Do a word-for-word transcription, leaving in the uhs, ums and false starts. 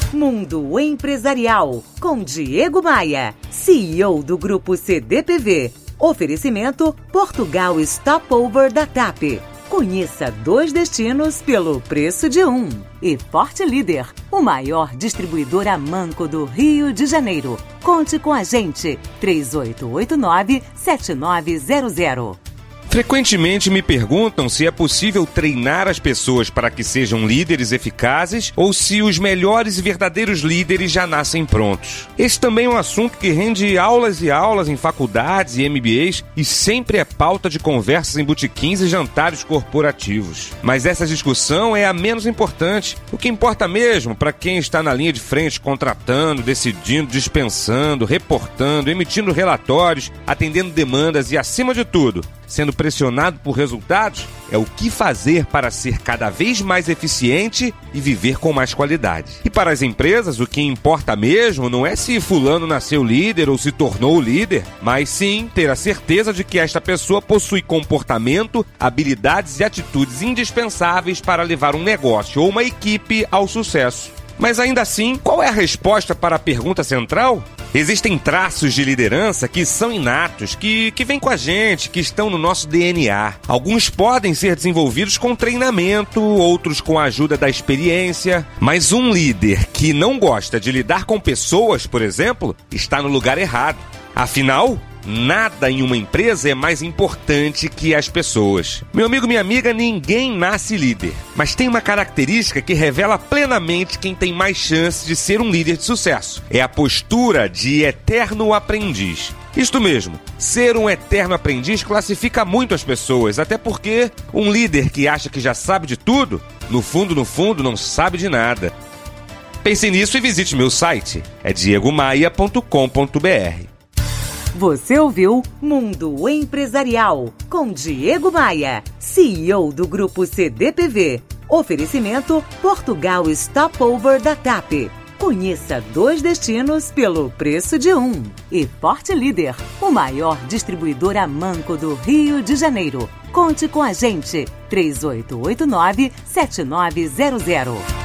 Mundo Empresarial, com Diego Maia, C E O do Grupo C D P V. Oferecimento Portugal Stopover da T A P. Conheça dois destinos pelo preço de um. E Forte Líder, o maior distribuidor a manco do Rio de Janeiro. Conte com a gente, três oito oito nove, sete nove zero zero. Frequentemente me perguntam se é possível treinar as pessoas para que sejam líderes eficazes ou se os melhores e verdadeiros líderes já nascem prontos. Esse também é um assunto que rende aulas e aulas em faculdades e M B As e sempre é pauta de conversas em botequins e jantares corporativos. Mas essa discussão é a menos importante. O que importa mesmo para quem está na linha de frente contratando, decidindo, dispensando, reportando, emitindo relatórios, atendendo demandas e, acima de tudo, sendo pressionado por resultados, é o que fazer para ser cada vez mais eficiente e viver com mais qualidade. E para as empresas, o que importa mesmo não é se fulano nasceu líder ou se tornou líder, mas sim ter a certeza de que esta pessoa possui comportamento, habilidades e atitudes indispensáveis para levar um negócio ou uma equipe ao sucesso. Mas ainda assim, qual é a resposta para a pergunta central? Existem traços de liderança que são inatos, que, que vêm com a gente, que estão no nosso D N A. Alguns podem ser desenvolvidos com treinamento, outros com a ajuda da experiência. Mas um líder que não gosta de lidar com pessoas, por exemplo, está no lugar errado. Afinal, nada em uma empresa é mais importante que as pessoas. Meu amigo, minha amiga, ninguém nasce líder. Mas tem uma característica que revela plenamente quem tem mais chance de ser um líder de sucesso. É a postura de eterno aprendiz. Isto mesmo, ser um eterno aprendiz classifica muito as pessoas, até porque um líder que acha que já sabe de tudo, no fundo, no fundo, não sabe de nada. Pense nisso e visite meu site, é diego maia ponto com ponto b r. Você ouviu Mundo Empresarial, com Diego Maia, C E O do Grupo C D P V. Oferecimento Portugal Stopover da T A P. Conheça dois destinos pelo preço de um. E Forte Líder, o maior distribuidor a manco do Rio de Janeiro. Conte com a gente, três oito oito nove, sete nove zero zero.